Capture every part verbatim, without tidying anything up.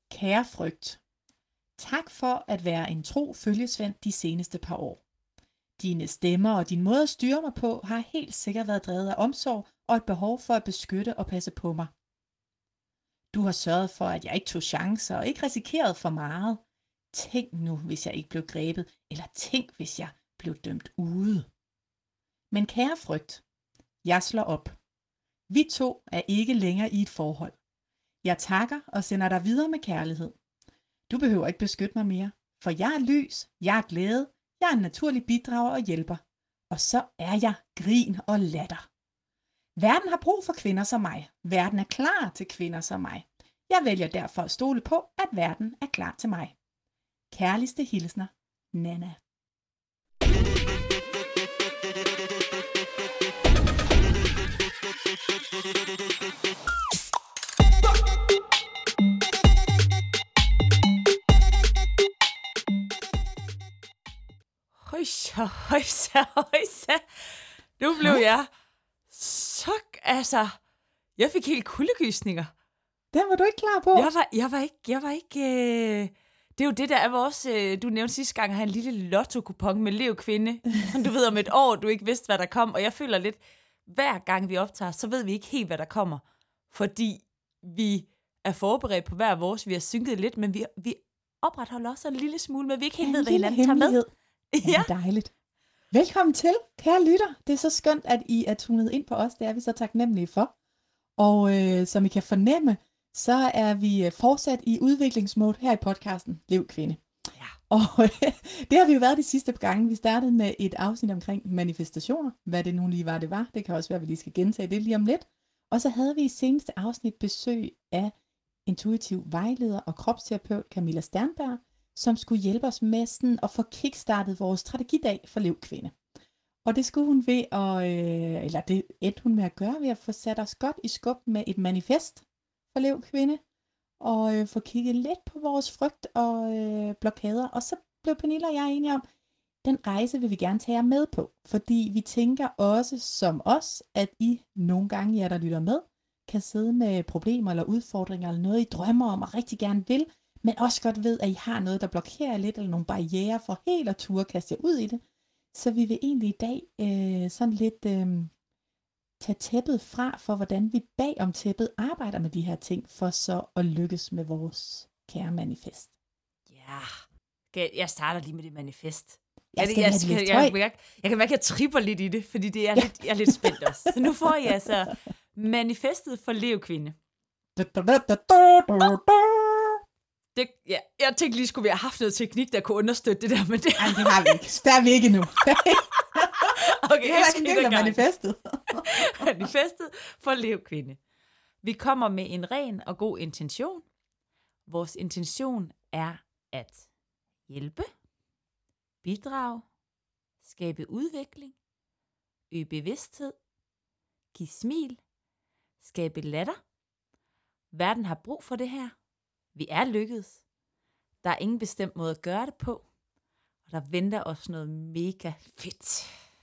Kære frygt, tak for at være en tro følgesvend de seneste par år. Dine stemmer og din måde at styre mig på har helt sikkert været drevet af omsorg og et behov for at beskytte og passe på mig. Du har sørget for, at jeg ikke tog chancer og ikke risikerede for meget. Tænk nu, hvis jeg ikke blev grebet, eller tænk, hvis jeg blev dømt ude. Men kære frygt, jeg slår op. Vi to er ikke længere i et forhold. Jeg takker og sender dig videre med kærlighed. Du behøver ikke beskytte mig mere, for jeg er lys, jeg er glæde, jeg er en naturlig bidrager og hjælper. Og så er jeg grin og latter. Verden har brug for kvinder som mig. Verden er klar til kvinder som mig. Jeg vælger derfor at stole på, at verden er klar til mig. Kærligste hilsner, Nana. Højsa, højsa, højsa. Nu blev jeg så, altså, jeg fik helt kuldegysninger. Den var du ikke klar på. Jeg var, jeg var ikke, jeg var ikke, øh... det er jo det, der er vores, øh... du nævnte sidste gang, at have en lille lotto-kupon med Lev Kvinde, som du ved om et år, du ikke vidste, hvad der kom, og jeg føler lidt, hver gang vi optager, så ved vi ikke helt, hvad der kommer, fordi vi er forberedt på hver vores, vi har synket lidt, men vi, vi opretholder også en lille smule, men vi ikke helt en ved, hvad hinanden tager med. Ja, dejligt. Velkommen til, kære lytter. Det er så skønt, at I er tunet ind på os. Det er vi så taknemmelige for. Og øh, som I kan fornemme, så er vi fortsat i udviklingsmode her i podcasten Lev Kvinde. Ja. Og øh, det har vi jo været de sidste par gange. Vi startede med et afsnit omkring manifestationer. Hvad det nu lige var, det var. Det kan også være, at vi lige skal gentage det lige om lidt. Og så havde vi i seneste afsnit besøg af intuitiv vejleder og kropsterapeut Camilla Sternberg, som skulle hjælpe os med sådan at få kickstartet vores strategidag for Lev Kvinde. Og det skulle hun ved at, øh, eller det endte hun med at gøre ved at få sat os godt i skub med et manifest for Lev Kvinde, og øh, få kigget lidt på vores frygt og øh, blokader. Og så blev Pernille og jeg enige om, den rejse vil vi gerne tage jer med på, fordi vi tænker også som os, at I nogle gange, jer der lytter med, kan sidde med problemer eller udfordringer eller noget, I drømmer om og rigtig gerne vil, men også godt ved, at I har noget, der blokerer lidt, eller nogle barrierer for helt at turde kaste jer ud i det. Så vi vil egentlig i dag øh, sådan lidt øh, tage tæppet fra, for hvordan vi bag om tæppet arbejder med de her ting, for så at lykkes med vores kære manifest. Ja, jeg starter lige med det manifest. Jeg, jeg, jeg, jeg, jeg, jeg, jeg kan mærke, at jeg tripper lidt i det, fordi det er ja. lidt, jeg er lidt spændt også. Så nu får jeg altså manifestet for Lev Kvinde. Det, ja, jeg tænkte lige, skulle vi have haft noget teknik, der kunne understøtte det der med det. Nej, det har vi ikke. Der er vi ikke endnu. Okay, det er ikke en del af manifestet. Manifestet for Lev Kvinde. Vi kommer med en ren og god intention. Vores intention er at hjælpe, bidrage, skabe udvikling, øge bevidsthed, give smil, skabe latter. Verden har brug for det her. Vi er lykkedes. Der er ingen bestemt måde at gøre det på. Og der venter os noget mega fedt.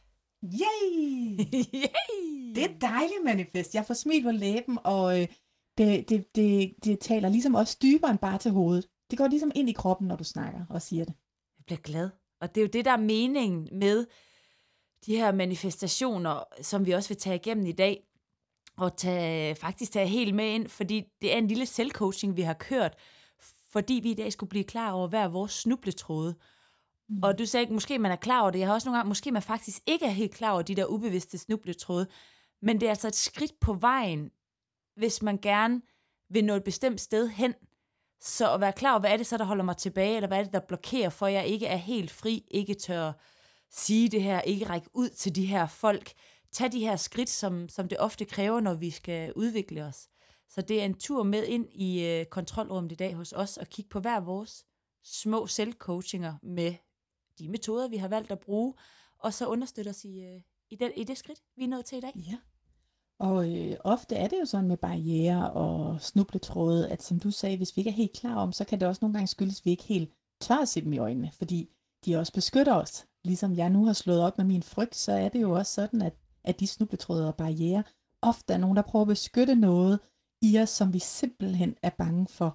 Yay! Yay! Det er et dejligt manifest. Jeg får smil på læben, og øh, det, det, det, det taler ligesom også dybere end bare til hovedet. Det går ligesom ind i kroppen, når du snakker og siger det. Jeg bliver glad. Og det er jo det, der er meningen med de her manifestationer, som vi også vil tage igennem i dag. Og tage, faktisk tage helt med ind, fordi det er en lille selvcoaching, vi har kørt, fordi vi i dag skulle blive klar over, hvad er vores snubletråde. Mm. Og du sagde ikke, måske man er klar over det. Jeg har også nogle gange, måske man faktisk ikke er helt klar over de der ubevidste snubletråde. Men det er altså et skridt på vejen, hvis man gerne vil nå et bestemt sted hen. Så at være klar over, hvad er det så, der holder mig tilbage, eller hvad er det, der blokerer, for jeg ikke er helt fri, ikke tør sige det her, ikke række ud til de her folk. Tag de her skridt, som, som det ofte kræver, når vi skal udvikle os. Så det er en tur med ind i øh, kontrolrummet i dag hos os, og kigge på hver vores små selvcoachinger med de metoder, vi har valgt at bruge, og så understøtte os i, øh, i, den, i det skridt, vi er nået til i dag. Ja. Og øh, ofte er det jo sådan med barrierer og snubletråde, at som du sagde, hvis vi ikke er helt klar om, så kan det også nogle gange skyldes, at vi ikke helt tør at se dem i øjnene, fordi de også beskytter os. Ligesom jeg nu har slået op med min frygt, så er det jo også sådan, at, at de snubletråde og barrierer ofte er nogen, der prøver at beskytte noget i os, som vi simpelthen er bange for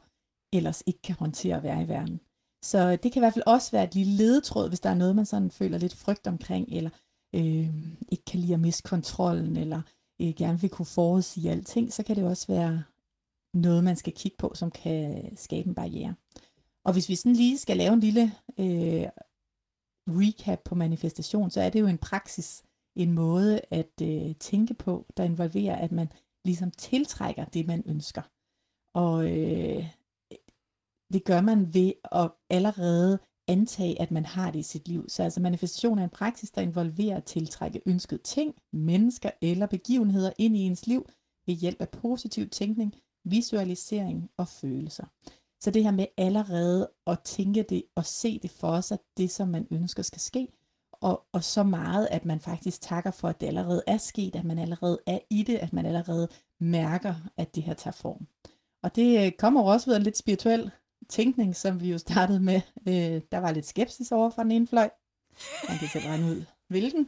ellers ikke kan håndtere at være i verden. Så det kan i hvert fald også være et lille ledetråd, hvis der er noget, man sådan føler lidt frygt omkring, eller øh, ikke kan lide at miste kontrollen, eller øh, gerne vil kunne forudsige alting, så kan det også være noget, man skal kigge på, som kan skabe en barriere. Og hvis vi sådan lige skal lave en lille øh, recap på manifestation, så er det jo en praksis, en måde at øh, tænke på, der involverer, at man ligesom tiltrækker det, man ønsker. Og øh, det gør man ved at allerede antage, at man har det i sit liv. Så altså manifestation er en praksis, der involverer at tiltrække ønskede ting, mennesker eller begivenheder ind i ens liv ved hjælp af positiv tænkning, visualisering og følelser. Så det her med allerede at tænke det og se det for sig, det som man ønsker skal ske, og, og så meget, at man faktisk takker for, at det allerede er sket, at man allerede er i det, at man allerede mærker, at det her tager form. Og det kommer også ud af en lidt spirituel tænkning, som vi jo startede med. Øh, der var lidt skepsis over fra den ene fløj. Man kan selv regne ud, hvilken.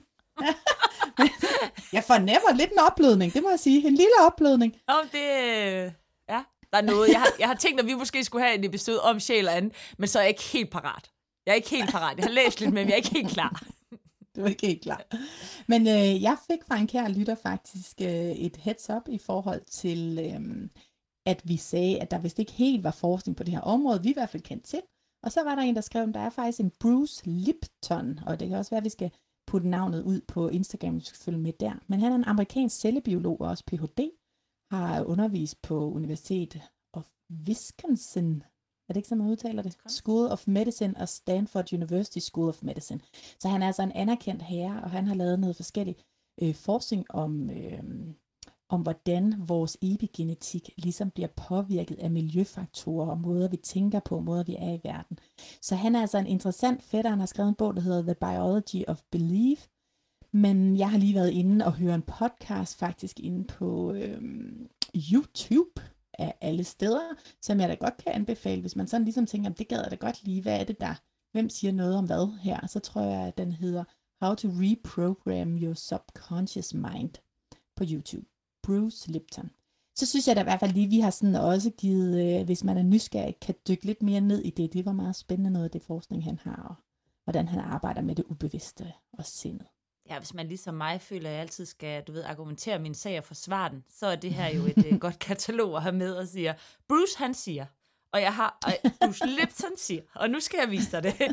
Jeg fornemmer lidt en opblødning, det må jeg sige. En lille opblødning. Om det... Ja, der er noget. Jeg har, jeg har tænkt, at vi måske skulle have en episode om sjæl og andet, men så er jeg ikke helt parat. Jeg er ikke helt parat. Jeg har læst lidt, men jeg er ikke helt klar. Du er ikke helt klar. Men øh, jeg fik fra en kær lytter faktisk øh, et heads up i forhold til, øh, at vi sagde, at der vist ikke helt var forskning på det her område, vi i hvert fald kendte til. Og så var der en, der skrev, at der er faktisk en Bruce Lipton, og det kan også være, at vi skal putte navnet ud på Instagram, vi skal følge med der. Men han er en amerikansk cellebiolog og også P H D, har undervist på University of Wisconsin, er det ikke, som man udtaler det? School of Medicine og Stanford University School of Medicine. Så han er altså en anerkendt herre, og han har lavet noget forskellig øh, forskning om, øh, om, hvordan vores epigenetik ligesom bliver påvirket af miljøfaktorer og måder, vi tænker på, måder, vi er i verden. Så han er altså en interessant fætter. Han har skrevet en bog, der hedder The Biology of Belief. Men jeg har lige været inde og høre en podcast faktisk inde på øh, YouTube af alle steder, som jeg da godt kan anbefale, hvis man sådan ligesom tænker, det gad jeg da godt lige, hvad er det der, hvem siger noget om hvad her, så tror jeg, at den hedder How to Reprogram Your Subconscious Mind på YouTube. Bruce Lipton. Så synes jeg da i hvert fald lige, vi har sådan også givet, øh, hvis man er nysgerrig, kan dykke lidt mere ned i det. Det var meget spændende noget af det forskning, han har, og hvordan han arbejder med det ubevidste og sindet. Ja, hvis man ligesom mig føler, at jeg altid skal, du ved, argumentere min sag og forsvare den, så er det her jo et uh, godt katalog at have med og siger, Bruce han siger, og jeg har, og Bruce Lipton siger, og nu skal jeg vise dig det.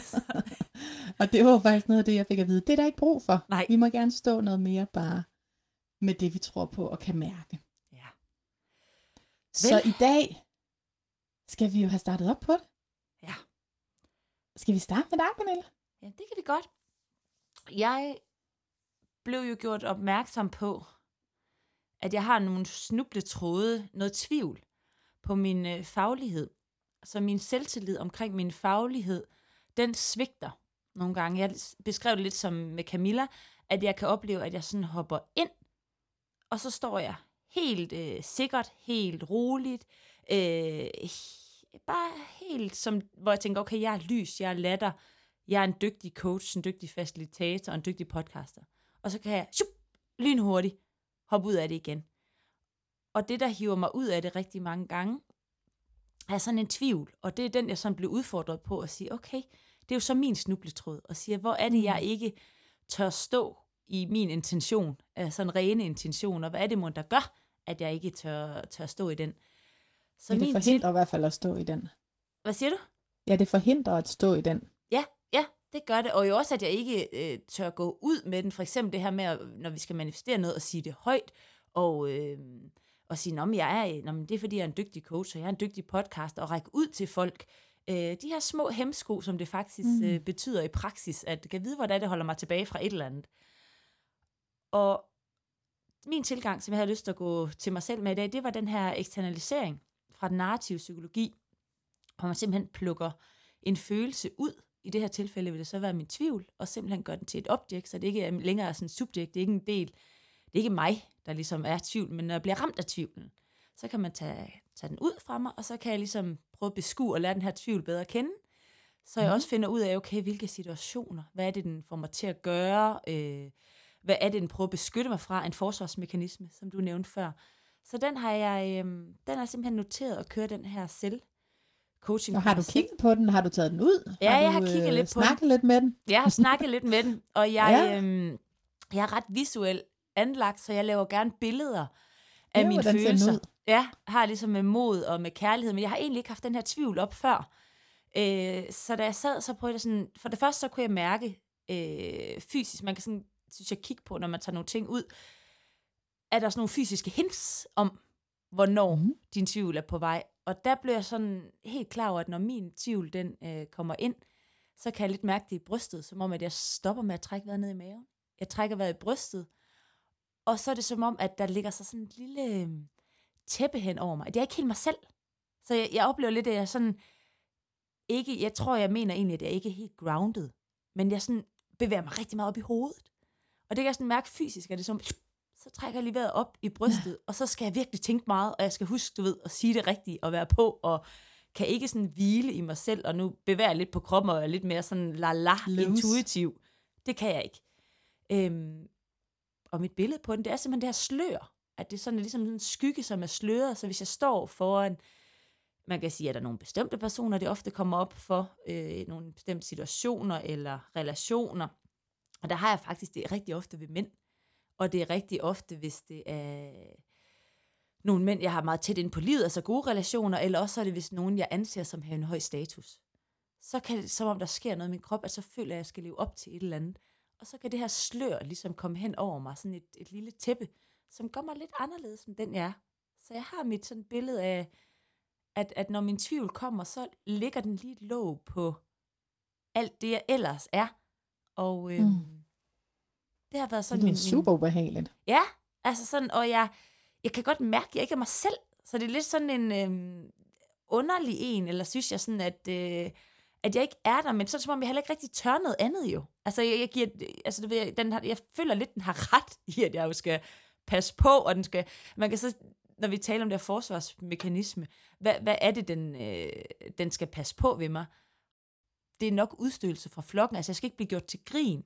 Og det var faktisk noget af det, jeg fik at vide. Det er der ikke brug for. Nej. Vi må gerne stå noget mere bare med det, vi tror på og kan mærke. Ja. Så Vel? I dag skal vi jo have startet op på det. Ja. Skal vi starte med dig, Pernille? Ja, det kan vi godt. Jeg blev jo gjort opmærksom på, at jeg har nogle snubletråde, noget tvivl på min øh, faglighed. Så min selvtillid omkring min faglighed, den svigter nogle gange. Jeg beskrev det lidt som med Camilla, at jeg kan opleve, at jeg sådan hopper ind, og så står jeg helt øh, sikkert, helt roligt, øh, bare helt som, hvor jeg tænker, okay, jeg er lys, jeg er latter, jeg er en dygtig coach, en dygtig facilitator og en dygtig podcaster. Og så kan jeg shup, lynhurtigt hoppe ud af det igen. Og det, der hiver mig ud af det rigtig mange gange, er sådan en tvivl. Og det er den, jeg sådan blev udfordret på at sige, okay, det er jo så min snubletråd. Og sige, hvor er det, jeg ikke tør stå i min intention, altså en rene intention, og hvad er det, mon, der gør, at jeg ikke tør, tør stå i den. Så ja, det forhindrer til... i hvert fald at stå i den. Hvad siger du? Ja, det forhindrer at stå i den. Ja, ja, det gør det. Og jo også, at jeg ikke øh, tør gå ud med den. For eksempel det her med, at, når vi skal manifestere noget, og sige det højt, og, øh, og sige, at jeg er, det er fordi, jeg er en dygtig coach, og jeg er en dygtig podcaster, og række ud til folk. Øh, de her små hemsko, som det faktisk mm. øh, betyder i praksis, at kan vide, hvordan det holder mig tilbage fra et eller andet. Og min tilgang, som jeg havde lyst til at gå til mig selv med i dag, det var den her eksternalisering fra den narrative psykologi, hvor man simpelthen plukker en følelse ud. I det her tilfælde vil det så være min tvivl, og simpelthen gør den til et objekt, så det ikke er længere sådan et subjekt, det er ikke en del, det er ikke mig, der ligesom er tvivl, men når jeg bliver ramt af tvivlen, så kan man tage, tage den ud fra mig, og så kan jeg ligesom prøve at beskue og lære den her tvivl bedre at kende, så jeg mm. også finder ud af, okay, hvilke situationer, hvad er det, den får mig til at gøre, øh, hvad er det, den prøver at beskytte mig fra, en forsvarsmekanisme, som du nævnte før. Så den har jeg, øh, den har jeg simpelthen noteret at køre den her selv coaching. Og har du kigget på den? Har du taget den ud? Ja, har jeg du, har kigget øh, lidt på snakket den. lidt med den? Jeg har snakket lidt med den, og jeg, Ja. øhm, jeg er ret visuelt anlagt, så jeg laver gerne billeder af Ja, mine hvordan ser den følelser. ud? Ja, har ligesom med mod og med kærlighed, men jeg har egentlig ikke haft den her tvivl op før. Øh, så da jeg sad, så prøvede jeg sådan, for det første så kunne jeg mærke øh, fysisk, man kan sådan, synes jeg, kigge på, når man tager nogle ting ud, er der sådan nogle fysiske hints om, hvornår Mhm. din tvivl er på vej. Og der blev jeg sådan helt klar over, at når min tvivl den øh, kommer ind, så kan jeg lidt mærke det i brystet, som om, at jeg stopper med at trække vejret ned i maven. Jeg trækker vejret i brystet, og så er det som om, at der ligger så sådan et lille øh, tæppe hen over mig. Det er ikke helt mig selv. Så jeg, jeg oplever lidt, at jeg sådan ikke, jeg tror, jeg mener egentlig, at jeg ikke er helt grounded, men jeg sådan bevæger mig rigtig meget op i hovedet. Og det kan jeg sådan mærke fysisk, at det er som, så trækker jeg lige vejret op i brystet, og så skal jeg virkelig tænke meget, og jeg skal huske, du ved, at sige det rigtigt, og være på, og kan ikke sådan hvile i mig selv, og nu bevæger jeg lidt på kroppen, og er lidt mere sådan la-la, Loose. intuitiv. Det kan jeg ikke. Øhm, og mit billede på den, det er simpelthen det her slør, at det er sådan ligesom en skygge, som er sløret, så hvis jeg står foran, man kan sige, at der er nogle bestemte personer, det ofte kommer op for, øh, nogle bestemte situationer eller relationer, og der har jeg faktisk det rigtig ofte ved mænd, og det er rigtig ofte, hvis det er nogle mænd, jeg har meget tæt ind på livet, altså gode relationer, eller også er det, hvis nogen, jeg anser som har en høj status. Så kan det, som om der sker noget i min krop, at så føler jeg, at jeg skal leve op til et eller andet. Og så kan det her slør ligesom komme hen over mig, sådan et, et lille tæppe, som gør mig lidt anderledes, end den jeg er. Så jeg har mit sådan billede af, at, at når min tvivl kommer, så ligger den lige et låg på alt det, jeg ellers er. Og øhm, mm. det har været sådan Det er min... super ubehageligt. Ja, altså sådan, og jeg, jeg kan godt mærke, at jeg ikke er mig selv. Så det er lidt sådan en øhm, underlig en, eller synes jeg sådan, at, øh, at jeg ikke er der, men så er det som om, jeg heller ikke rigtig tør noget andet jo. Altså, jeg, jeg, giver, altså du ved, den har, jeg føler lidt, den har ret i, at jeg jo skal passe på, og den skal, man kan så, når vi taler om det her forsvarsmekanisme, hvad, hvad er det, den, øh, den skal passe på ved mig? Det er nok udstødelse fra flokken, altså jeg skal ikke blive gjort til grin.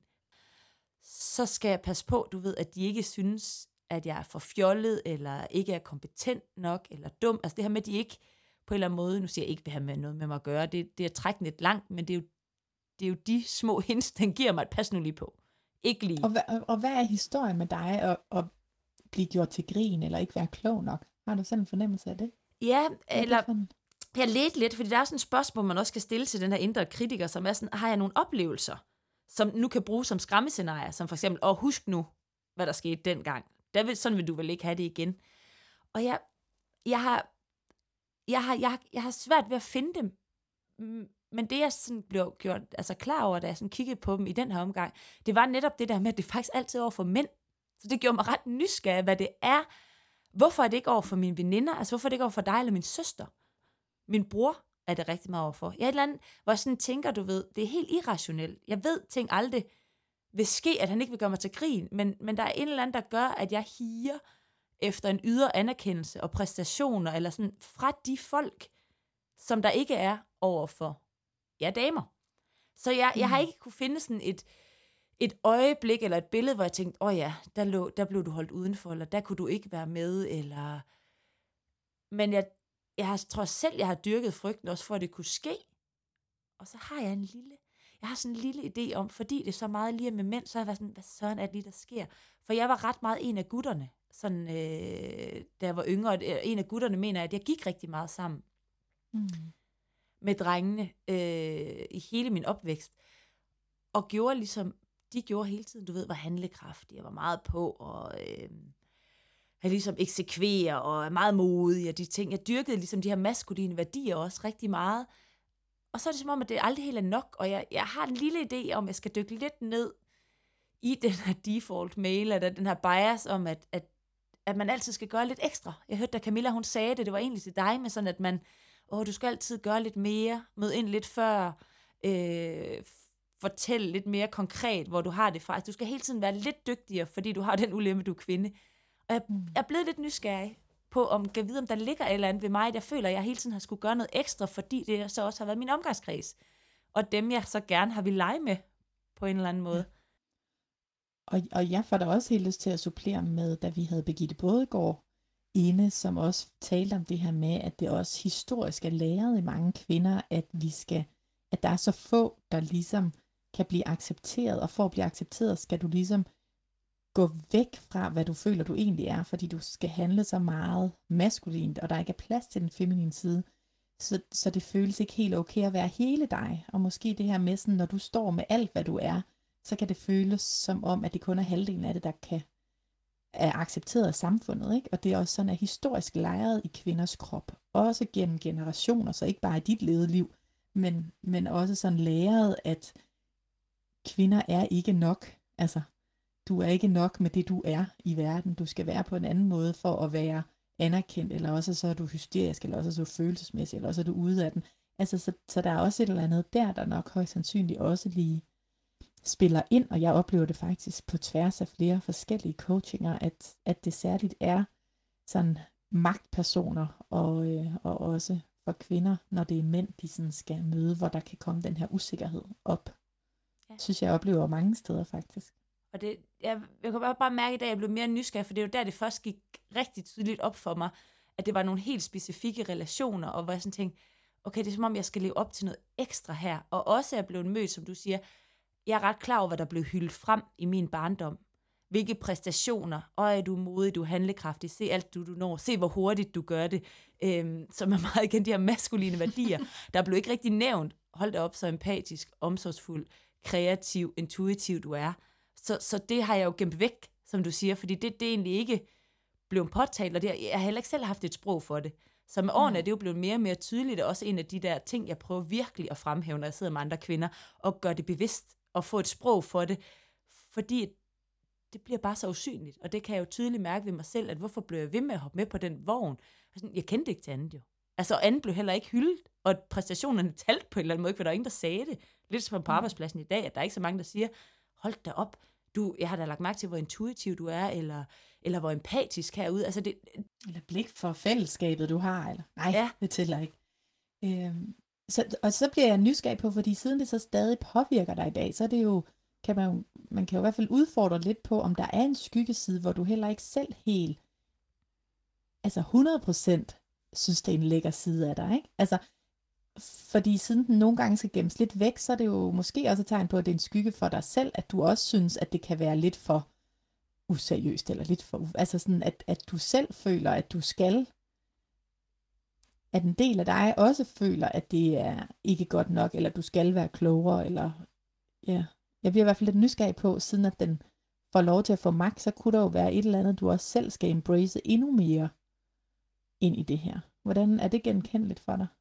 Så skal jeg passe på, du ved, at de ikke synes, at jeg er for fjollet, eller ikke er kompetent nok, eller dum. Altså det her med, at de ikke på en eller anden måde, nu siger jeg ikke, vil have med noget med mig at gøre, det, det er at trække lidt langt, men det er, jo, det er jo de små hints, den giver mig, at pas nu lige på. Ikke lige. Og, hvad, og hvad er historien med dig, at, at blive gjort til grin, eller ikke være klog nok? Har du sådan en fornemmelse af det? Ja, eller... Sådan? Jeg ledte lidt, fordi der er sådan et spørgsmål, man også skal stille til den her indre kritiker, som er sådan, har jeg nogle oplevelser, som nu kan bruges som skræmmescenarier, som for eksempel, åh, husk nu, hvad der skete dengang. Der vil, sådan vil du vel ikke have det igen. Og jeg, jeg, har, jeg, har, jeg, har, jeg har svært ved at finde dem, men det jeg sådan blev gjort altså klar over, da jeg sådan kiggede på dem i den her omgang, det var netop det der med, at det faktisk altid er over for mænd. Så det gjorde mig ret nysgerrig, hvad det er. Hvorfor er det ikke over for mine veninder? Altså hvorfor er det ikke over for dig eller min søster? Min bror er det rigtig meget overfor. Jeg er et eller andet, hvor jeg sådan tænker, du ved, det er helt irrationelt. Jeg ved, ting aldrig vil ske, at han ikke vil gøre mig til grin, men, men der er en eller anden, der gør, at jeg higer efter en ydre anerkendelse og præstationer, eller sådan fra de folk, som der ikke er overfor, ja, damer. Så jeg, jeg har ikke kunne finde sådan et, et øjeblik, eller et billede, hvor jeg tænkte, åh oh ja, der, lå, der blev du holdt udenfor, eller der kunne du ikke være med, eller... Men jeg Jeg har, tror selv, jeg har dyrket frygten også for, at det kunne ske. Og så har jeg en lille, jeg har sådan en lille idé om, fordi det er så meget lige med mænd, så har jeg været sådan, hvad sådan er det lige, der sker? For jeg var ret meget en af gutterne, sådan, øh, da jeg var yngre. Og en af gutterne mener, at jeg gik rigtig meget sammen mm. med drengene øh, i hele min opvækst. Og gjorde ligesom, de gjorde hele tiden, du ved, var handlekraftige, jeg var meget på, og... Øh, jeg ligesom eksekverer og er meget modig og de ting. Jeg dyrkede ligesom de her maskuline værdier også rigtig meget. Og så er det som om, at det aldrig helt er nok, og jeg, jeg har en lille idé om, at jeg skal dykke lidt ned i den her default mail, eller den her bias om, at, at, at man altid skal gøre lidt ekstra. Jeg hørte, da Camilla hun sagde det, det var egentlig til dig, med sådan at man, åh, du skal altid gøre lidt mere, møde ind lidt før, øh, fortælle lidt mere konkret, hvor du har det fra. Du skal hele tiden være lidt dygtigere, fordi du har den ulempe, du er kvinde. Og jeg, jeg er blevet lidt nysgerrig på, om jeg vide, om der ligger et eller andet ved mig, at jeg føler, at jeg hele tiden har skulle gøre noget ekstra, fordi det så også har været min omgangskreds. Og dem, jeg så gerne har vil lege med, på en eller anden måde. Og, og jeg får da også helt lyst til at supplere med, da vi havde Birgitte Bådegaard inde, som også talte om det her med, at det også historisk er læret i mange kvinder, at vi skal, at der er så få, der ligesom kan blive accepteret, og for at blive accepteret, skal du ligesom gå væk fra, hvad du føler, du egentlig er, fordi du skal handle så meget maskulint, og der ikke er plads til den feminine side, så, så det føles ikke helt okay at være hele dig, og måske det her med, sådan, når du står med alt, hvad du er, så kan det føles som om, at det kun er halvdelen af det, der kan er accepteret af samfundet, ikke? Og det er også sådan, at historisk lejret i kvinders krop, også gennem generationer, så ikke bare i dit levede liv, men, men også sådan læret, at kvinder er ikke nok, altså du er ikke nok med det, du er i verden, du skal være på en anden måde for at være anerkendt, eller også så er du hysterisk, eller også så er du følelsesmæssig, eller også er du ude af den, altså så, så der er også et eller andet der, der nok højst sandsynligt også lige spiller ind, og jeg oplever det faktisk på tværs af flere forskellige coachinger, at, at det særligt er sådan magtpersoner, og, øh, og også for kvinder, når det er mænd, de sådan skal møde, hvor der kan komme den her usikkerhed op. Ja. Synes jeg oplever mange steder faktisk. Og det, jeg, jeg kan bare, bare mærke i dag, at jeg blev mere nysgerrig, for det er jo der, det først gik rigtig tydeligt op for mig, at det var nogle helt specifikke relationer, og hvor jeg sådan tænkte, okay, det er som om, jeg skal leve op til noget ekstra her, og også er blevet mødt, som du siger, jeg er ret klar over, hvad der blev hyldet frem i min barndom. Hvilke præstationer, og er du modig, du er handlekraftig, se alt du, du når, se hvor hurtigt du gør det, øhm, som er meget igen de her maskuline værdier. Der blev ikke rigtig nævnt, hold da op, så empatisk, omsorgsfuld, kreativ, intuitiv du er. Så, så det har jeg jo gemt væk, som du siger, fordi det, det er egentlig ikke blevet påtalt, og det, jeg har heller ikke selv haft et sprog for det. Så med årene er det jo blevet mere og mere tydeligt, og også en af de der ting, jeg prøver virkelig at fremhæve, når jeg sidder med andre kvinder, og gøre det bevidst, og få et sprog for det, fordi det bliver bare så usynligt, og det kan jeg jo tydeligt mærke ved mig selv, at hvorfor blev jeg ved med at hoppe med på den vogn? Jeg kendte ikke til andet jo. Altså, andet blev heller ikke hyldet, og præstationerne talte på en eller anden måde, for der er ingen, der sagde det. Lidt som på arbejdspladsen i dag, at der er ikke så mange, der siger, hold da op, du, jeg har da lagt mærke til, hvor intuitiv du er, eller, eller hvor empatisk herude. Altså det, eller blik for fællesskabet, du har, eller nej, ja. Det tæller ikke. Øhm, så, og så bliver jeg nysgerrig på, fordi siden det så stadig påvirker dig i dag, så er det jo, kan man, jo, man kan jo i hvert fald udfordre lidt på, om der er en skyggeside, hvor du heller ikke selv helt, altså hundrede procent synes, det er en lækker side af dig, ikke? Altså, fordi siden den nogle gange skal gemmes lidt væk, så er det jo måske også et tegn på, at det er en skygge for dig selv, at du også synes, at det kan være lidt for useriøst, eller lidt for, altså sådan, at, at du selv føler, at du skal, at en del af dig også føler, at det er ikke godt nok, eller du skal være klogere, eller ja, jeg bliver i hvert fald lidt nysgerrig på, siden at den får lov til at få magt, så kunne der jo være et eller andet, du også selv skal embrace endnu mere ind i det her. Hvordan er det genkendeligt for dig?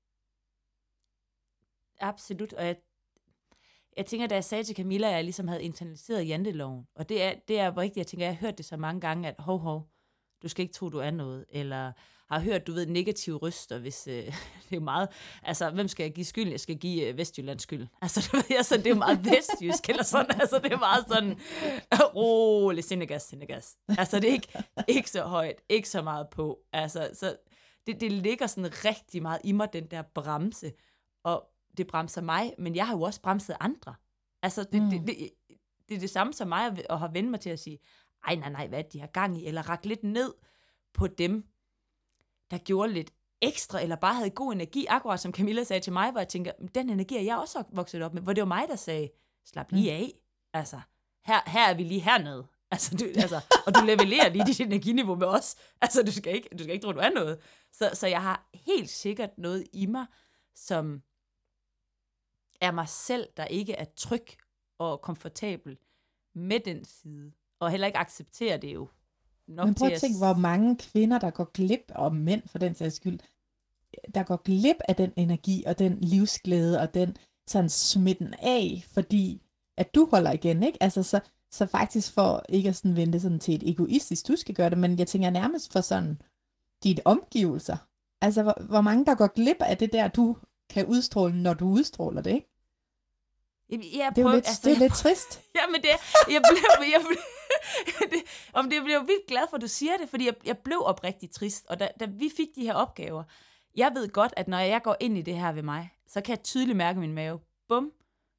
Absolut, og jeg, jeg tænker, da jeg sagde til Camilla, at jeg ligesom havde internaliseret janteloven, og det er, det er rigtigt, jeg tænker, jeg har hørt det så mange gange, at hov, hov, du skal ikke tro, du er noget, eller har hørt, du ved, negative ryster, hvis øh, det er jo meget, altså, hvem skal jeg give skyld? Jeg skal give øh, Vestjyllands skyld. Altså, det, ved jeg, så det er jo meget vestjysk, eller sådan, altså, det er meget sådan, rolig, sindegas, sindegas. Altså, det er ikke, ikke så højt, ikke så meget på, altså, så det, det ligger sådan rigtig meget i mig, den der bremse, og det bremser mig, men jeg har jo også bremset andre. Altså, det, mm. det, det, det er det samme som mig, at have vendt mig til at sige, ej, nej, nej, hvad er det, de har gang i? Eller række lidt ned på dem, der gjorde lidt ekstra, eller bare havde god energi, akkurat som Camilla sagde til mig, hvor jeg tænker, den energi er jeg også vokset op med, hvor det var mig, der sagde, slap lige af. Altså, her, her er vi lige hernede. Altså, du, altså, og du leveler lige dit energiniveau med os. Altså, du skal ikke, du skal ikke tro, du er noget. Så, så jeg har helt sikkert noget i mig, som er mig selv, der ikke er tryg og komfortabel med den side, og heller ikke accepterer det jo. Nok Men prøv til at tænke, hvor mange kvinder, der går glip, og mænd for den sags skyld, der går glip af den energi, og den livsglæde, og den sådan smitten af, fordi at du holder igen, ikke? Altså, så, så faktisk for ikke at sådan vente sådan til et egoistisk, du skal gøre det, men jeg tænker nærmest for sådan dit omgivelser. Altså, hvor, hvor mange, der går glip af det der, du kan udstråle, når du udstråler det, ikke? Jeg prøver, det er jo lidt, altså, det er lidt trist. Jamen det, jeg blev, jeg blev, det, om det, jeg blev vildt glad for, at du siger det, fordi jeg, jeg blev oprigtigt trist, og da, da vi fik de her opgaver, jeg ved godt, at når jeg går ind i det her ved mig, så kan jeg tydeligt mærke min mave, bum,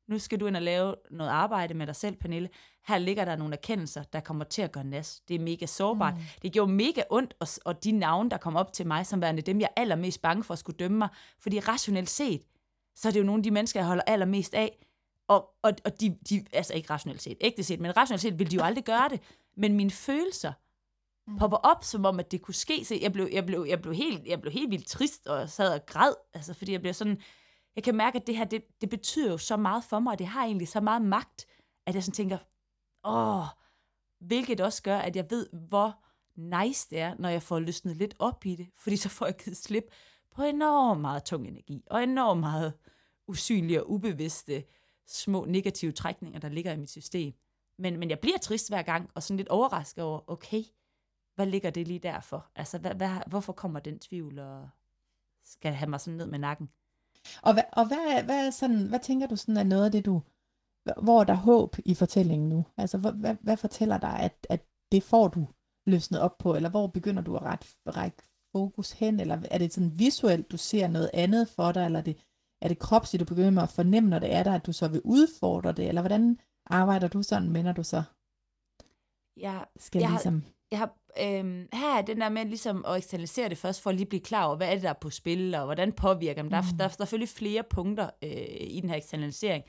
nu skal du ind og lave noget arbejde med dig selv, Pernille. Her ligger der nogle erkendelser, der kommer til at gøre nas. Det er mega sårbart. Mm. Det gjorde mega ondt, og, og de navne, der kom op til mig, som værende dem, jeg er allermest bange for at skulle dømme mig. Fordi rationelt set, så er det jo nogle af de mennesker, jeg holder allermest af. Og, og, og de, de, altså ikke rationelt set, ægte set, men rationelt set ville de jo aldrig gøre det. Men mine følelser mm. popper op, som om, at det kunne ske. Så jeg blev, jeg blev, jeg blev, helt, jeg blev helt vildt trist, og sad og græd, altså, fordi jeg blev sådan... Jeg kan mærke, at det her, det, det betyder jo så meget for mig, og det har egentlig så meget magt, at jeg sådan tænker, åh, hvilket også gør, at jeg ved, hvor nice det er, når jeg får løsnet lidt op i det, fordi så får jeg givet slip på enormt meget tung energi, og enormt meget usynlige og ubevidste små negative trækninger, der ligger i mit system. Men, men jeg bliver trist hver gang, og sådan lidt overrasket over, okay, hvad ligger det lige derfor? Altså, hvad, hvad, hvorfor kommer den tvivl, og skal have mig sådan ned med nakken? Og, hvad, og hvad, hvad, sådan, hvad tænker du sådan er noget af det, du, hvor er der håb i fortællingen nu? Altså, hvad, hvad, hvad fortæller dig, at, at det får du løsnet op på? Eller hvor begynder du at ret, række fokus hen? Eller er det sådan visuelt, du ser noget andet for dig? Eller er det, er det kropsligt, du begynder med at fornemme, når det er der, at du så vil udfordre det? Eller hvordan arbejder du sådan, mener du så? Jeg, skal jeg, ligesom... har, jeg har, øhm, her er den der med ligesom at eksternalisere det først, for at lige blive klar over, hvad er det, der er på spil, og hvordan påvirker dem. Mm. Der, der, der er selvfølgelig flere punkter øh, i den her eksternalisering.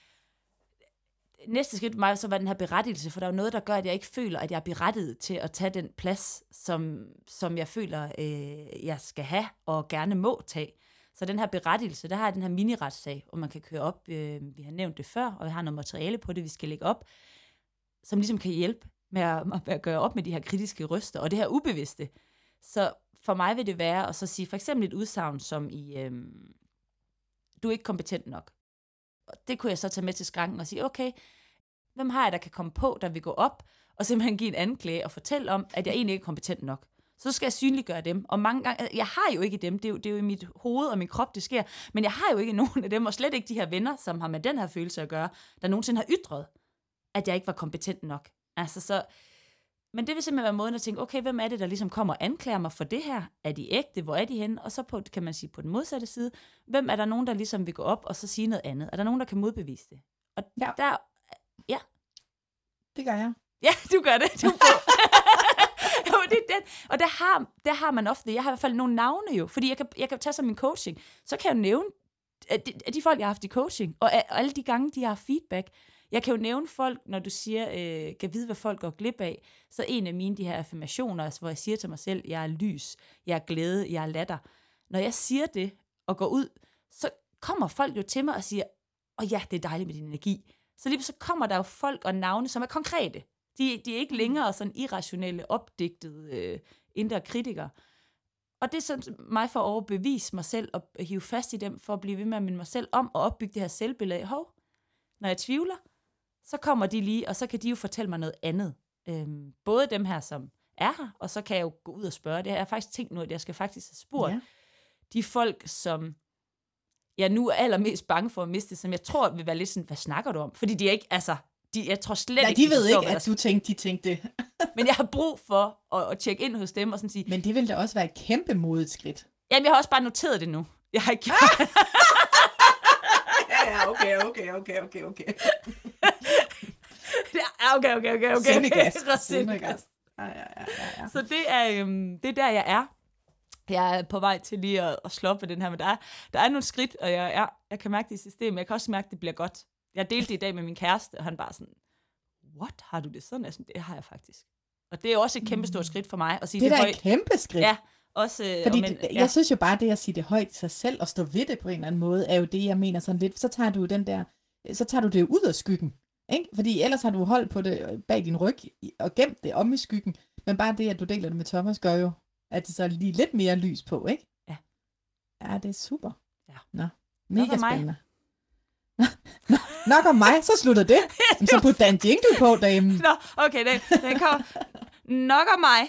Næste skridt for mig så var den her berettigelse, for der er jo noget, der gør, at jeg ikke føler, at jeg er berettiget til at tage den plads, som, som jeg føler, øh, jeg skal have, og gerne må tage. Så den her berettigelse, der har jeg den her mini-retssag, hvor man kan køre op, øh, vi har nævnt det før, og jeg har noget materiale på det, vi skal lægge op, som ligesom kan hjælpe med at, med at gøre op med de her kritiske røster, og det her ubevidste. Så for mig vil det være at så sige, for eksempel et udsagn som i, øh, du er ikke kompetent nok. Og det kunne jeg så tage med til skranken og sige, okay, hvem har jeg, der kan komme på, der vil gå op, og simpelthen give en anklage og fortælle om, at jeg egentlig ikke er kompetent nok. Så skal jeg synliggøre dem. Og mange gange, jeg har jo ikke dem, det er jo, det er jo i mit hoved og min krop, det sker, men jeg har jo ikke nogen af dem, og slet ikke de her venner, som har med den her følelse at gøre, der nogensinde har ytret, at jeg ikke var kompetent nok. Altså så, men det vil simpelthen være måden at tænke, okay, hvem er det, der ligesom kommer og anklager mig for det her? Er de ægte? Hvor er de henne? Og så på, kan man sige på den modsatte side, hvem er der nogen, der ligesom vil gå op og så sige noget andet? Er der nogen, der kan modbevise det? Og ja. der, ja. Det gør jeg. Ja, du gør det. Du jo, det er den. Og der har, der har man ofte, jeg har i hvert fald nogle navne jo, fordi jeg kan, jeg kan tage som min coaching, så kan jeg jo nævne, at de, at de folk, jeg har haft i coaching, og, og alle de gange, de har feedback. Jeg kan jo nævne folk, når du siger, øh, kan vide, hvad folk går glip af, så en af mine de her affirmationer, altså, hvor jeg siger til mig selv, jeg er lys, jeg er glæde, jeg er latter. Når jeg siger det og går ud, så kommer folk jo til mig og siger, åh oh ja, det er dejligt med din energi. Så lige så kommer der jo folk og navne, som er konkrete. De, de er ikke længere sådan irrationelle, opdigtede øh, indre kritikere. Og det er sådan mig for at overbevise mig selv og hive fast i dem, for at blive ved med at minde mig selv om og opbygge det her selvbillede af, hov, når jeg tvivler, så kommer de lige, og så kan de jo fortælle mig noget andet. Øhm, både dem her, som er her, og så kan jeg jo gå ud og spørge. Det har jeg faktisk tænkt nu, at jeg skal faktisk have spurgt. Ja. De folk, som jeg nu er allermest bange for at miste, som jeg tror vil være lidt sådan, hvad snakker du om? Fordi de er ikke, altså, de, jeg tror slet Nej, ikke, de ved forstår, ikke, at du tænkte, de tænkte det. Men jeg har brug for at, at tjekke ind hos dem og sådan sige. Men det vil da også være et kæmpe modigt skridt. Jamen, jeg har også bare noteret det nu. Jeg har ikke gjort ja, ja, okay, okay, okay, okay, okay. Ja, okay, okay, okay, okay. Sendegas. Sendegas. Ja, ja, ja, ja. Så det er, øhm, det er der, jeg er. Jeg er på vej til lige at, at slå op med den her, men der er, der er nogle skridt, og jeg, jeg, jeg kan mærke det i systemet. Jeg kan også mærke, at det bliver godt. Jeg delte det i dag med min kæreste, og han bare sådan, what, har du det sådan? Altså, det har jeg faktisk. Og det er også et kæmpe stort skridt for mig at sige det, det højt. Det er et kæmpe skridt. Ja, også. Fordi men, det, ja. jeg synes jo bare, det at sige det højt til sig selv, og stå ved det på en eller anden måde, er jo det, jeg mener sådan lidt. Så tager du den der, så tager du det ud af skyggen. Ikke? Fordi ellers har du holdt på det bag din ryg, og gemt det om i skyggen. Men bare det, at du deler det med Thomas, gør jo, at det så er lige lidt mere lys på, ikke? Ja. Ja, det er super. Ja. Nå, mega Nok spændende. Nå, nok om mig, så slutter det. Men så put den jingle på, damen. Nå, okay, den, den kommer. Nok om mig.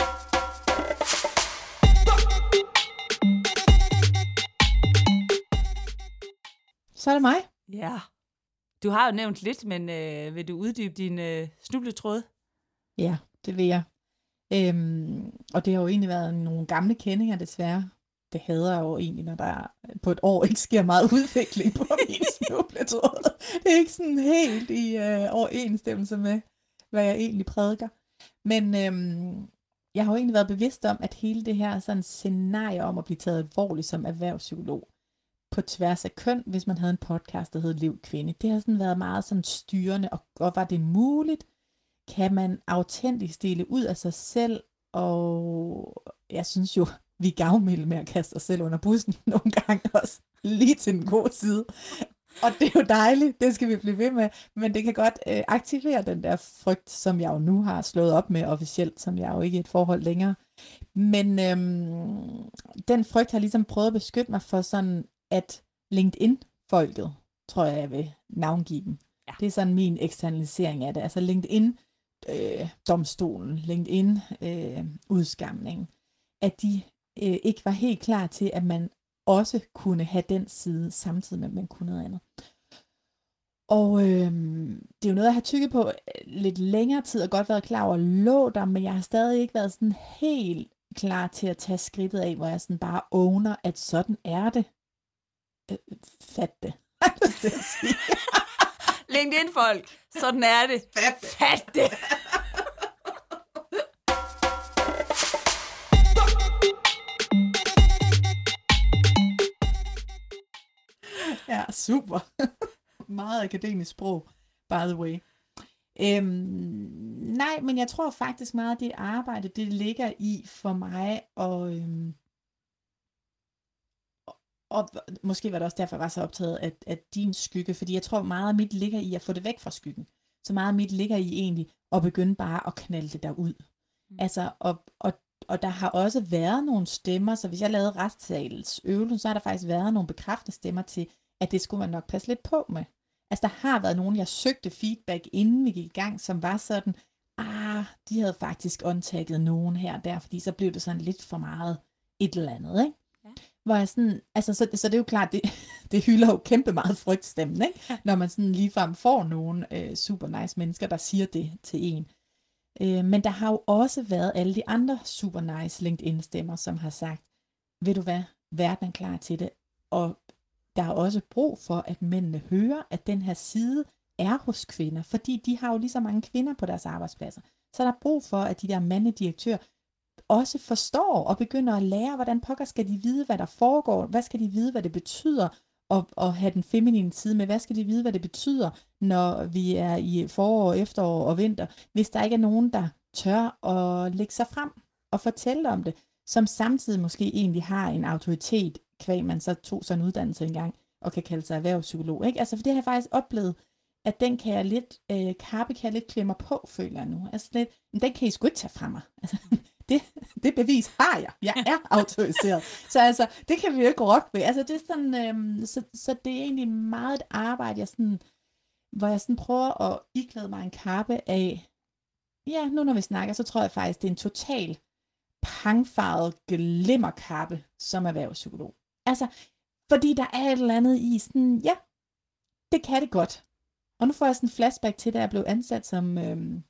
Så er det mig. Ja. Du har jo nævnt lidt, men øh, vil du uddybe din øh, snubletråd? Ja, det vil jeg. Øhm, og det har jo egentlig været nogle gamle kendinger, desværre. det hader jeg jo egentlig, når der på et år ikke sker meget udvikling på min snubletråd. Det er ikke sådan helt i øh, overensstemmelse med, hvad jeg egentlig prædiker. Men øhm, jeg har jo egentlig været bevidst om, at hele det her sådan scenarie om at blive taget alvorligt som erhvervspsykolog på tværs af køn, hvis man havde en podcast, der hed Lev Kvinde, det har sådan været meget sådan styrende, og, og var det muligt? Kan man autentisk dele ud af sig selv? Og jeg synes jo, vi er gavmilde med at kaste os selv under bussen nogle gange også, lige til den gode side. Og det er jo dejligt, det skal vi blive ved med, men det kan godt øh, aktivere den der frygt, som jeg jo nu har slået op med officielt, som jeg jo ikke er i et forhold længere. Men øhm, den frygt har ligesom prøvet at beskytte mig for sådan, at LinkedIn-folket, tror jeg, jeg vil navngive dem. Ja. Det er sådan min eksternalisering af det. Altså LinkedIn-domstolen, øh, LinkedIn-udskamningen, øh, at de øh, ikke var helt klar til, at man også kunne have den side, samtidig med, at man kunne noget andet. Og øh, det er jo noget, jeg har tykket på lidt længere tid, og godt været klar over lå der, men jeg har stadig ikke været sådan helt klar til at tage skridtet af, hvor jeg sådan bare owner, at sådan er det. Øh, fat det. LinkedIn-folk, sådan er det. Fat det. Fat det. Ja, super. Meget akademisk sprog, by the way. Øhm, nej, men jeg tror faktisk meget, at det arbejde, det ligger i for mig, og, øhm, og, og måske var det også derfor, jeg var så optaget af, af din skygge, fordi jeg tror meget af mit ligger i at få det væk fra skyggen. Så meget af mit ligger i egentlig at begynde bare at knalde det derud. Mm. Altså, og, og, og der har også været nogle stemmer, så hvis jeg lavede retssalens øvelse, så har der faktisk været nogle bekræftende stemmer til, at det skulle man nok passe lidt på med. Altså, der har været nogen, jeg søgte feedback, inden vi gik i gang, som var sådan, ah, de havde faktisk undtaget nogen her og der, fordi så blev det sådan lidt for meget et eller andet, ikke? Ja. Hvor jeg sådan, altså, så, så det er jo klart, det, det hylder jo kæmpe meget frygtstemmen, ikke? Ja. Når man sådan ligefrem får nogle øh, super nice mennesker, der siger det til en. Øh, men der har jo også været alle de andre super nice LinkedIn-stemmer, som har sagt, ved du hvad, verden er klar til det, og der er også brug for, at mændene hører, at den her side er hos kvinder, fordi de har jo lige så mange kvinder på deres arbejdspladser. Så der er brug for, at de der mandedirektører også forstår og begynder at lære, hvordan pokker skal de vide, hvad der foregår, hvad skal de vide, hvad det betyder at, at have den feminine side med, hvad skal de vide, hvad det betyder, når vi er i forår, efterår og vinter, hvis der ikke er nogen, der tør at lægge sig frem og fortælle om det, som samtidig måske egentlig har en autoritet, kvæg man så tog sådan en uddannelse engang, og kan kalde sig erhvervspsykolog, ikke? Altså, for det har jeg faktisk oplevet, at den kan jeg lidt, øh, kappe kan jeg lidt klemme på, føler jeg nu. Altså lidt, men den kan I sgu ikke tage fra mig. Altså, det, det bevis har jeg. Jeg er autoriseret. Så altså, det kan vi jo ikke rokke ved. Altså, det er sådan, øh, så, så det er egentlig meget et arbejde, jeg sådan, hvor jeg sådan prøver at iklæde mig en kappe af, ja, nu når vi snakker, så tror jeg faktisk, det er en total pangfarvet glimmerkappe som erhvervspsykolog. Altså, fordi der er et eller andet i sådan, ja, det kan det godt. Og nu får jeg sådan en flashback til, da jeg blev ansat som, øh,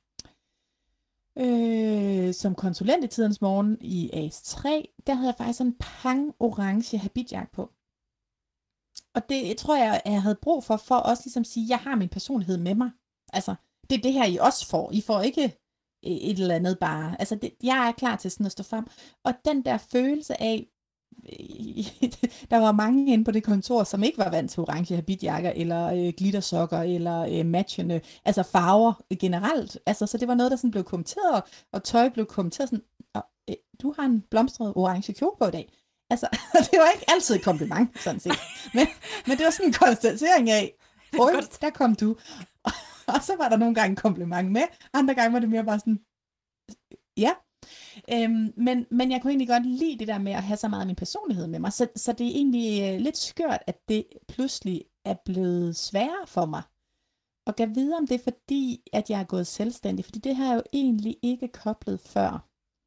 øh, som konsulent i Tidens Morgen i A S tre. Der havde jeg faktisk sådan en pang-orange habitjakke på. Og det tror jeg, jeg havde brug for, for også ligesom at sige, jeg har min personlighed med mig. Altså, det er det her, I også får. I får ikke et eller andet bare. Altså, det, jeg er klar til sådan at stå frem. Og den der følelse af, der var mange inde på det kontor, som ikke var vant til orange habitjakker, eller øh, glittersokker, eller øh, matchende, altså farver generelt. Altså, så det var noget, der sådan blev kommenteret, og tøj blev kommenteret sådan, øh, du har en blomstret orange kjole på i dag. Altså, det var ikke altid et kompliment, sådan set. Men, men det var sådan en konstatering af, oj, der kom du. Og, og så var der nogle gange en kompliment med, andre gange var det mere bare sådan, ja. Øhm, men, men jeg kunne egentlig godt lide det der med at have så meget af min personlighed med mig, så, så det er egentlig øh, lidt skørt, at det pludselig er blevet sværere for mig. Og kan vide om det er fordi, at jeg er gået selvstændig, fordi det har jeg jo egentlig ikke koblet før.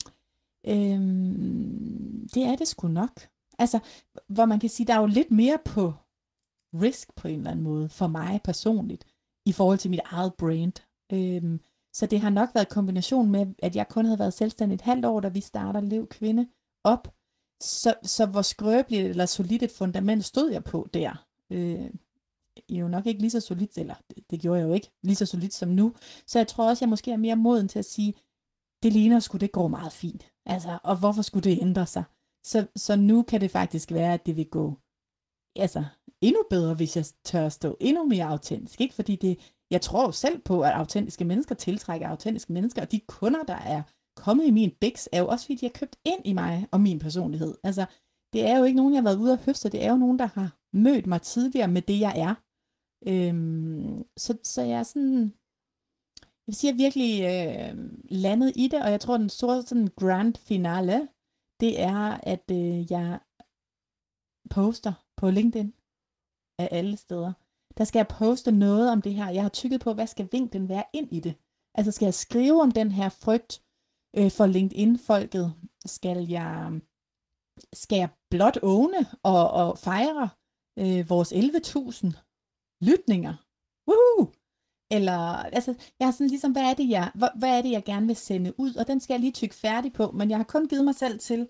Øhm, det er det sgu nok. Altså, hvor man kan sige, der er jo lidt mere på risk på en eller anden måde, for mig personligt, i forhold til mit eget brand. Øhm, Så det har nok været kombination med, at jeg kun havde været selvstændig et halvt år, da vi starter Lev Kvinde op. Så, så hvor skrøbeligt eller solidt et fundament stod jeg på der. Øh, jo nok ikke lige så solidt, eller det, det gjorde jeg jo ikke lige så solidt som nu. Så jeg tror også, jeg måske er mere moden til at sige, det ligner sgu, det går meget fint. Altså, og hvorfor skulle det ændre sig? Så, så nu kan det faktisk være, at det vil gå altså, endnu bedre, hvis jeg tør at stå endnu mere autentisk. Ikke? Fordi det, jeg tror jo selv på, at autentiske mennesker tiltrækker autentiske mennesker, og de kunder, der er kommet i min biks, er jo også, fordi de har købt ind i mig og min personlighed. Altså, det er jo ikke nogen, jeg har været ude at høste, det er jo nogen, der har mødt mig tidligere med det, jeg er. Øhm, så, så jeg er sådan, jeg vil sige, jeg er virkelig øh, landet i det, og jeg tror, den store sådan grand finale, det er, at øh, jeg poster på LinkedIn af alle steder. Der skal jeg poste noget om det her. Jeg har tykket på, hvad skal vinklen være ind i det? Altså skal jeg skrive om den her frygt øh, for LinkedIn-folket? Skal jeg, skal jeg blot åne og, og fejre øh, vores elleve tusind lytninger? Woohoo! Eller, altså, jeg har sådan ligesom, hvad er, det, jeg, hvad, hvad er det, jeg gerne vil sende ud? Og den skal jeg lige tykke færdig på, men jeg har kun givet mig selv til...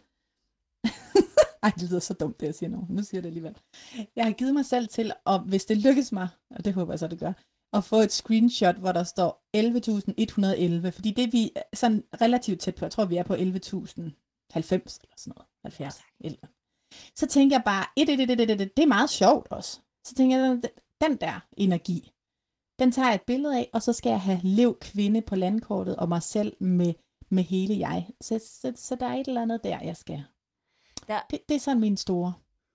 Ej, det lyder så dumt, det jeg siger nu. Nu siger jeg det alligevel. Jeg har givet mig selv til, og hvis det lykkes mig, og det håber jeg så, det gør, at få et screenshot, hvor der står elleve tusind et hundrede og elleve, fordi det er vi sådan relativt tæt på. Jeg tror, vi er på elleve tusind halvfems eller sådan noget. halvfjerds. elleve. Så tænker jeg bare, et, et, et, et, et, et, det er meget sjovt også. Så tænker jeg, den der energi, den tager jeg et billede af, og så skal jeg have lev kvinde på landkortet, og mig selv med, med hele jeg. Så, så, så der er et eller andet der, jeg skal... Der, det, det er sådan min store.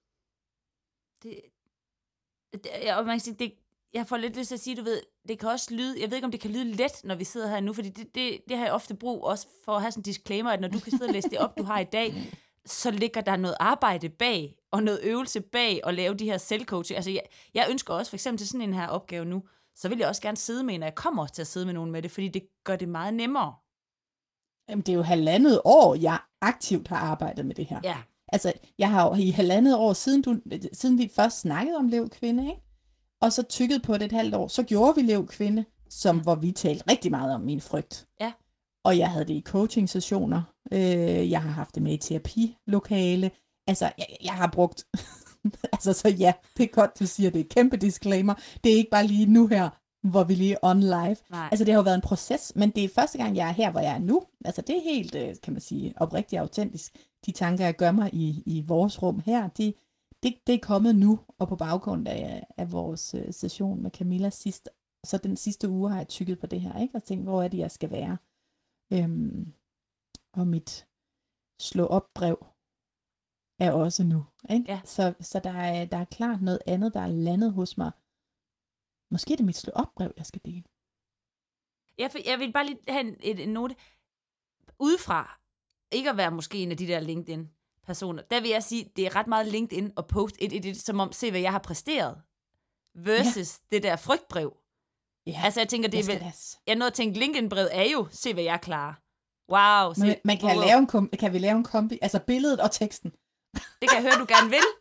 Det, det, og man kan sige, det, jeg får lidt lyst til at sige, du ved, det kan også lyde, jeg ved ikke, om det kan lyde let, når vi sidder her nu, fordi det, det, det har jeg ofte brug også for at have sådan en disclaimer, at når du kan sidde og læse det op, du har i dag, så ligger der noget arbejde bag, og noget øvelse bag at lave de her selvcoaching. Altså, jeg, jeg ønsker også, for eksempel til sådan en her opgave nu, så vil jeg også gerne sidde med en, og jeg kommer også til at sidde med nogen med det, fordi det gør det meget nemmere. Jamen, det er jo halvandet år, jeg aktivt har arbejdet med det her. Ja. Altså, jeg har jo i halvandet år, siden, du, siden vi først snakkede om Lev Kvinde, ikke? Og så tykket på det et halvt år, så gjorde vi Lev Kvinde, som, ja. Hvor vi talte rigtig meget om min frygt. Ja. Og jeg havde det i coaching-sessioner. Øh, jeg har haft det med i terapilokale. Altså, jeg, jeg har brugt... altså, så ja, det er godt, du siger, det er et kæmpe disclaimer. Det er ikke bare lige nu her, hvor vi lige er on live. Nej. Altså, det har jo været en proces, men det er første gang, jeg er her, hvor jeg er nu. Altså, det er helt, kan man sige, oprigtigt autentisk. De tanker, jeg gør mig i, i vores rum her, de, det, det er kommet nu, og på baggrund af, af vores uh, session med Camilla sidst. Så den sidste uge har jeg tykket på det her, ikke? Og tænkt, hvor er det, jeg skal være? Øhm, og mit slå op brev er også nu, ikke? Ja. Så, så der, er, der er klart noget andet, der er landet hos mig. Måske er det mit slå op brev, jeg skal dele. Jeg, jeg vil bare lige have en, en, en note. Udefra, ikke at være måske en af de der LinkedIn-personer, der vil jeg sige, det er ret meget LinkedIn og post et, et, et, som om, se hvad jeg har præsteret, versus ja. Det der frygtbrev. Ja, altså jeg tænker, det er vel, jeg er nødt til at tænke, LinkedIn-brevet er jo, se hvad jeg klarer. Wow. Se, man, man kan, wow. lave en kom, kan vi lave en kombi, altså billedet og teksten. Det kan jeg høre, du gerne vil.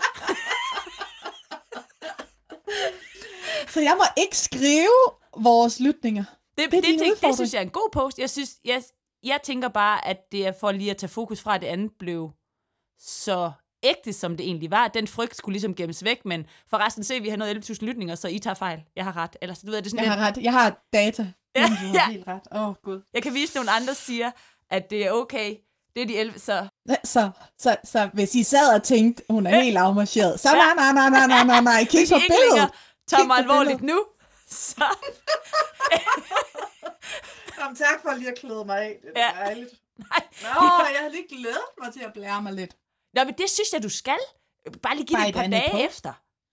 Så jeg må ikke skrive vores lytninger. Det, det, det, det, det synes jeg er en god post. Jeg synes, jeg, jeg tænker bare, at det er for lige at tage fokus fra, at det andet blev så ægte, som det egentlig var. Den frygt skulle ligesom gemmes væk, men forresten se, vi har noget elleve tusind lytninger, så I tager fejl. Jeg har ret. Ellers, du ved, det er sådan jeg lidt... har ret. Jeg har data. Ja, du har ja. helt ret. Åh, oh, Gud. Jeg kan vise, at nogle andre siger, at det er okay. Det er de elleve, så... Så, så, så hvis I sad og tænkte, hun er helt afmarcheret, så nej, nej, nej, nej, nej, nej, nej, kig på billedet. Tager mig alvorligt nu, så... Jamen, tak for lige at klæde mig af. Det er ja. Dejligt. Nej. Nå, jeg har lige glædet mig til at blære mig lidt. Nå, men det synes jeg, du skal. Bare lige give det et par dage på. Efter.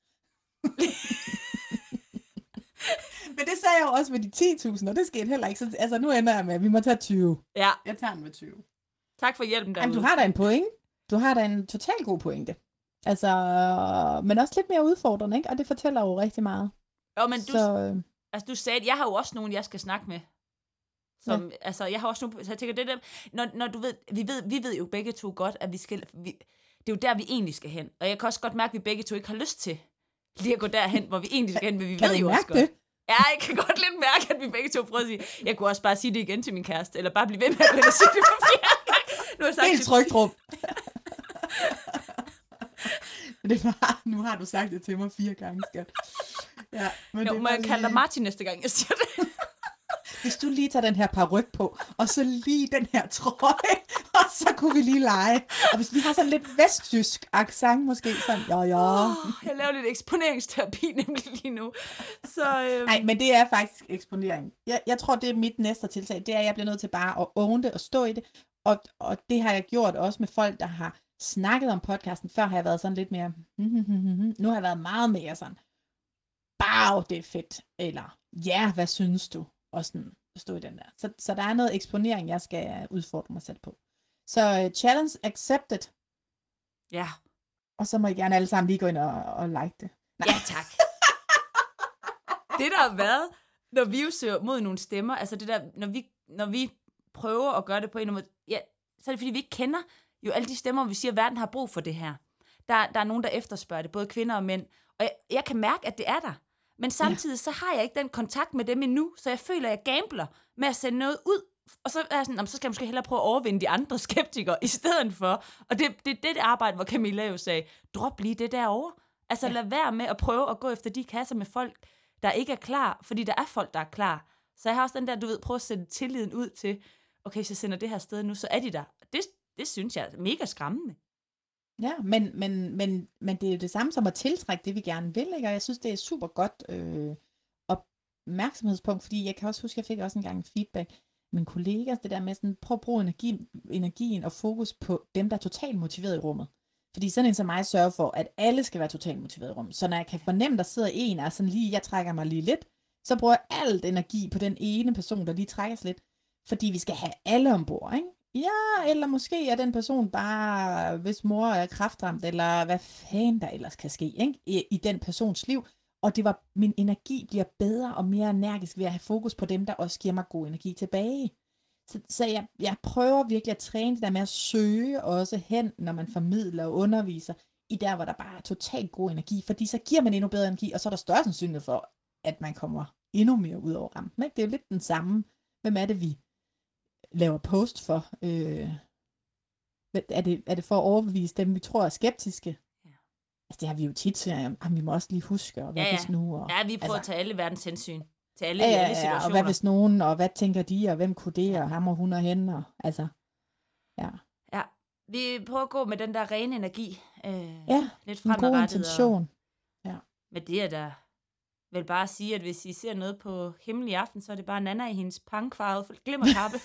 Men det sagde jeg jo også med de ti tusind, og det skete heller ikke. Så, altså, nu ender jeg med, at vi må tage tyve. Ja. Jeg tager den med tyve. Tak for hjælpen derude. Jamen, du har da en point. Du har da en total god pointe. Altså, men også lidt mere udfordrende, ikke? Og det fortæller jo rigtig meget. Jo, men du, så, altså, du sagde, at jeg har jo også nogen, jeg skal snakke med. Som, ja. Altså, jeg har også nogle, så jeg tænker, det der, når, når du ved, vi ved, vi ved jo begge to godt, at vi skal, vi, det er jo der, vi egentlig skal hen. Og jeg kan også godt mærke, at vi begge to ikke har lyst til lige at gå derhen, hvor vi egentlig skal hen, men vi kan ved jo også det? godt. Ja, jeg kan godt lidt mærke, at vi begge to prøver at sige, jeg kunne også bare sige det igen til min kæreste, eller bare blive ved med at sige det for fjerde gang. Nu har jeg sagt helt trygt rum. Det var, nu har du sagt det til mig fire gange, skat. Ja, men Jo, det må var jeg kalde dig lige... Martin næste gang, jeg siger det? Hvis du lige tager den her paryk på, og så lige den her trøje, og så kunne vi lige lege. Og hvis vi har sådan lidt vesttysk accent, måske sådan, ja, ja. Oh, jeg laver lidt eksponeringsterapi nemlig lige nu. Så, øhm... Nej, men det er faktisk eksponering. Jeg, jeg tror, det er mit næste tiltag. Det er, at jeg bliver nødt til bare at own det og stå i det. Og, og det har jeg gjort også med folk, der har snakket om podcasten. Før har jeg været sådan lidt mere, nu har jeg været meget mere sådan, wow, det er fedt. Eller, ja, hvad synes du? Og sådan stå i den der. Så, så der er noget eksponering, jeg skal udfordre mig selv på. Så uh, challenge accepted. Ja. Og så må I gerne alle sammen lige gå ind og, og like det. Nej. Ja, tak. Det der har været, når vi jo søger mod nogle stemmer, altså det der, når vi, når vi prøver at gøre det på en måde, ja, så er det fordi, vi ikke kender jo alle de stemmer, vi siger, at verden har brug for det her. Der, der er nogen, der efterspørger det, både kvinder og mænd. Og jeg, jeg kan mærke, at det er der. Men samtidig ja. så har jeg ikke den kontakt med dem endnu, så jeg føler, at jeg gambler med at sende noget ud. Og så er jeg sådan, så skal jeg måske hellere prøve at overvinde de andre skeptikere i stedet for. Og det er det, det arbejde, hvor Camilla jo sagde, drop lige det derovre. Altså ja. lad være med at prøve at gå efter de kasser med folk, der ikke er klar, fordi der er folk, der er klar. Så jeg har også den der, du ved, prøve at sætte tilliden ud til, okay, hvis jeg sender det her sted nu, så er de der. Det, det synes jeg er mega skræmmende. Ja, men, men, men, men det er jo det samme som at tiltrække det, vi gerne vil, ikke? Og jeg synes, det er super godt øh, opmærksomhedspunkt, fordi jeg kan også huske, jeg fik også engang en feedback af mine kolleger, det der med sådan, prøv at bruge energi, energien og fokus på dem, der er totalt motiveret i rummet. Fordi sådan en som mig sørger for, at alle skal være totalt motiveret i rummet. Så når jeg kan fornemme, der sidder en, og sådan lige, jeg trækker mig lige lidt, så bruger jeg alt energi på den ene person, der lige trækker sig lidt, fordi vi skal have alle ombord, ikke? Ja, eller måske er den person bare, hvis mor er kræftramt, eller hvad fanden der ellers kan ske, ikke? I, i den persons liv. Og det var, min energi bliver bedre og mere energisk ved at have fokus på dem, der også giver mig god energi tilbage. Så, så jeg, jeg prøver virkelig at træne det der med at søge også hen, når man formidler og underviser, i der, hvor der bare er totalt god energi, fordi så giver man endnu bedre energi, og så er der større sandsynlighed for, at man kommer endnu mere ud over rampen, ikke? Det er jo lidt den samme. Hvem er det, vi laver post for? Øh, er, det, er det for at overbevise dem, vi tror er skeptiske? Ja. Altså det har vi jo tit til, at vi må også lige huske, og hvad ja, ja. hvis nu? Og, ja, vi prøver altså, at tage alle verdens hensyn. Til alle, ja, ja, alle situationer. Ja, og hvad hvis nogen, og hvad tænker de, og hvem kunne det, og ham og hun og hende, og altså, ja. Ja, vi prøver at gå med den der rene energi. Øh, ja, lidt en god intention. Og, ja. Men det er da vel bare at sige, at hvis I ser noget på himmel i aften, så er det bare Nana i hendes pangfarvede glimmerkappe.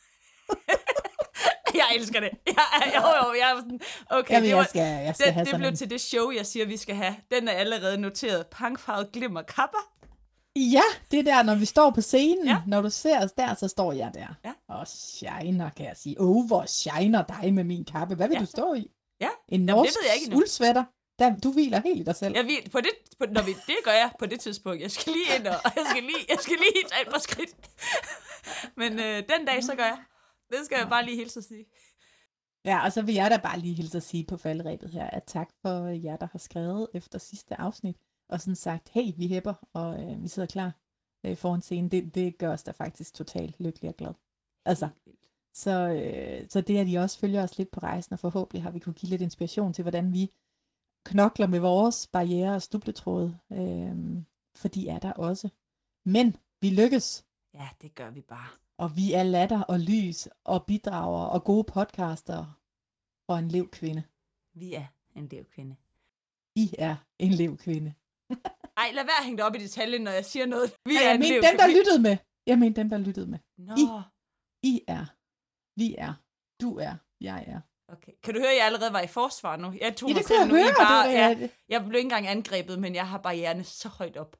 Jeg elsker det. Jeg, jo, jo, jeg er sådan, okay, Jamen, det, var, jeg skal, jeg skal det, have det sådan blev en. til det show, jeg siger, vi skal have. Den er allerede noteret. Pangfarvede glimmerkapper. Ja, det er der, når vi står på scenen. Ja. Når du ser os der, så står jeg der. Ja. Og shiner, kan jeg sige. Oh, hvor shiner dig med min kappe. Hvad vil ja. du stå i? Ja. En norsk uldsvætter. Der, du hviler helt i dig selv. Jeg hvil, på det, på, når vi, det gør jeg på det tidspunkt. Jeg skal lige ind, og jeg skal lige, jeg skal lige tage et par skridt. Men øh, den dag, så gør jeg. Det skal jeg bare lige hilse at sige. Ja, og så vil jeg da bare lige hilse at sige på falderebet her, at tak for jer, der har skrevet efter sidste afsnit, og sådan sagt, hey, vi hæpper, og øh, vi sidder klar øh, foran scenen. Det, det gør os da faktisk totalt lykkelig og glad. Altså, så, øh, så det, at I også følger os lidt på rejsen, og forhåbentlig har vi kunne give lidt inspiration til, hvordan vi knokler med vores barrierer og stubletråde, øh, for de er der også. Men vi lykkes. Ja, det gør vi bare. Og vi er latter og lys og bidrager og gode podcaster og en levkvinde. Vi er en levkvinde. I er en levkvinde. Ej, lad være at hænge dig op i detaljen, når jeg siger noget. Vi Ej, er jeg en mener levkvinde. dem, der lyttede med. Jeg mener dem, der lyttede med. Nå. I, I er. Vi er. Du er. Jeg er. Okay. Kan du høre, at jeg allerede var i forsvar nu? Jeg tog ja, mig det kan jeg nu høre. i bare, det, ja, det. Jeg blev ikke engang angrebet, men jeg har barriererne så højt op.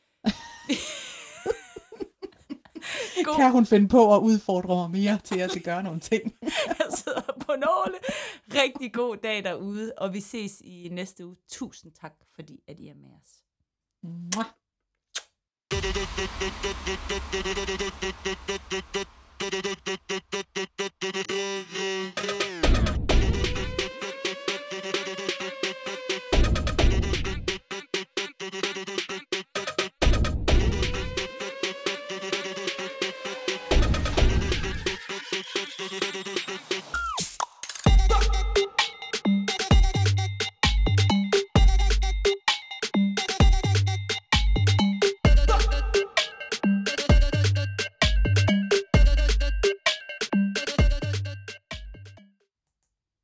God. Kan hun finde på at udfordre mig mere til, at jeg skal gøre nogle ting? Jeg sidder på nåle. Rigtig god dag derude, og vi ses i næste uge. Tusind tak, fordi at I er med os. Mwah.